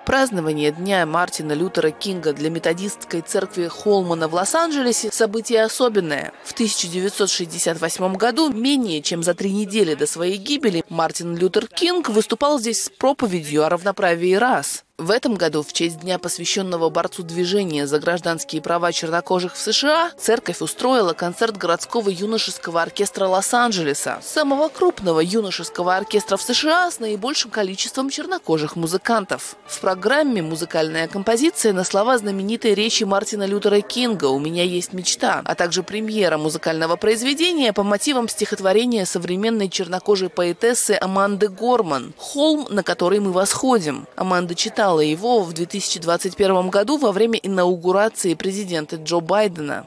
Празднование Дня Мартина Лютера Кинга для методистской церкви Холмана в Лос-Анджелесе – событие особенное. В 1968 году, менее чем за 3 недели до своей гибели, Мартин Лютер Кинг выступал здесь с проповедью о равноправии рас. В этом году, в честь дня, посвященного борцу движения за гражданские права чернокожих в США, церковь устроила концерт городского юношеского оркестра Лос-Анджелеса, самого крупного юношеского оркестра в США с наибольшим количеством чернокожих музыкантов. В программе музыкальная композиция на слова знаменитой речи Мартина Лютера Кинга «У меня есть мечта», а также премьера музыкального произведения по мотивам стихотворения современной чернокожей поэтессы Аманды Горман «Холм, на который мы восходим». Аманда читала его в 2021 году во время инаугурации президента Джо Байдена.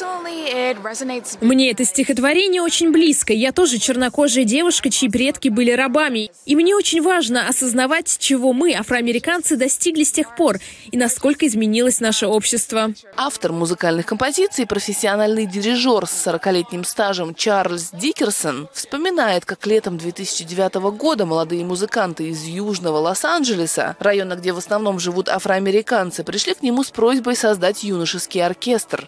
Мне это стихотворение очень близко. Я тоже чернокожая девушка, чьи предки были рабами. И мне очень важно осознавать, чего мы, афроамериканцы, достигли с тех пор и насколько изменилось наше общество. Автор музыкальных композиций, профессиональный дирижер с 40-летним стажем Чарльз Дикерсон вспоминает, как летом 2009 года молодые музыканты из южного Лос-Анджелеса, района, где в основном живут афроамериканцы, пришли к нему с просьбой создать юношеский оркестр.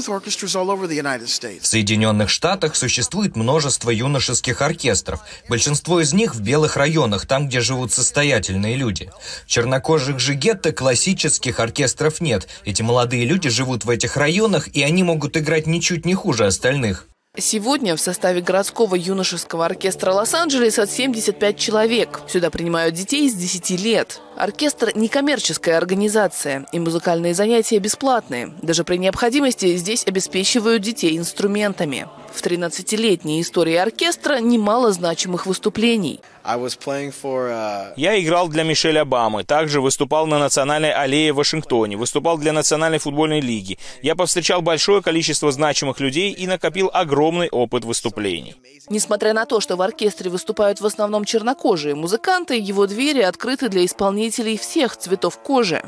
В Соединенных Штатах существует множество юношеских оркестров. Большинство из них в белых районах, там, где живут состоятельные люди. В чернокожих же гетто классических оркестров нет. Эти молодые люди живут в этих районах, и они могут играть ничуть не хуже остальных. Сегодня в составе городского юношеского оркестра Лос-Анджелеса 75 человек. Сюда принимают детей с 10 лет. Оркестр – некоммерческая организация, и музыкальные занятия бесплатные. Даже при необходимости здесь обеспечивают детей инструментами. В 13-летней истории оркестра немало значимых выступлений. Я играл для Мишель Обамы, также выступал на Национальной аллее в Вашингтоне, выступал для Национальной футбольной лиги. Я повстречал большое количество значимых людей и накопил огромный опыт выступлений. Несмотря на то, что в оркестре выступают в основном чернокожие музыканты, его двери открыты для исполнителей всех цветов кожи.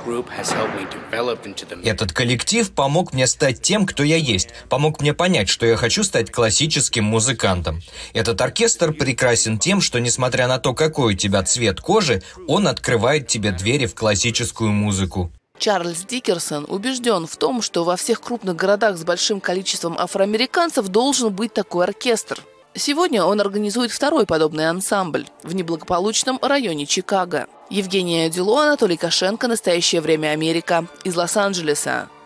Этот коллектив помог мне стать тем, кто я есть, помог мне понять, что я хочу стать классическим музыкантом. Этот оркестр прекрасен тем, что, несмотря на то, какой у тебя цвет кожи, он открывает тебе двери в классическую музыку. Чарльз Дикерсон убежден в том, что во всех крупных городах с большим количеством афроамериканцев должен быть такой оркестр. Сегодня он организует второй подобный ансамбль в неблагополучном районе Чикаго. Евгения Дюло, Анатолий Кошенко. Настоящее время Америка. Из Лос-Анджелеса.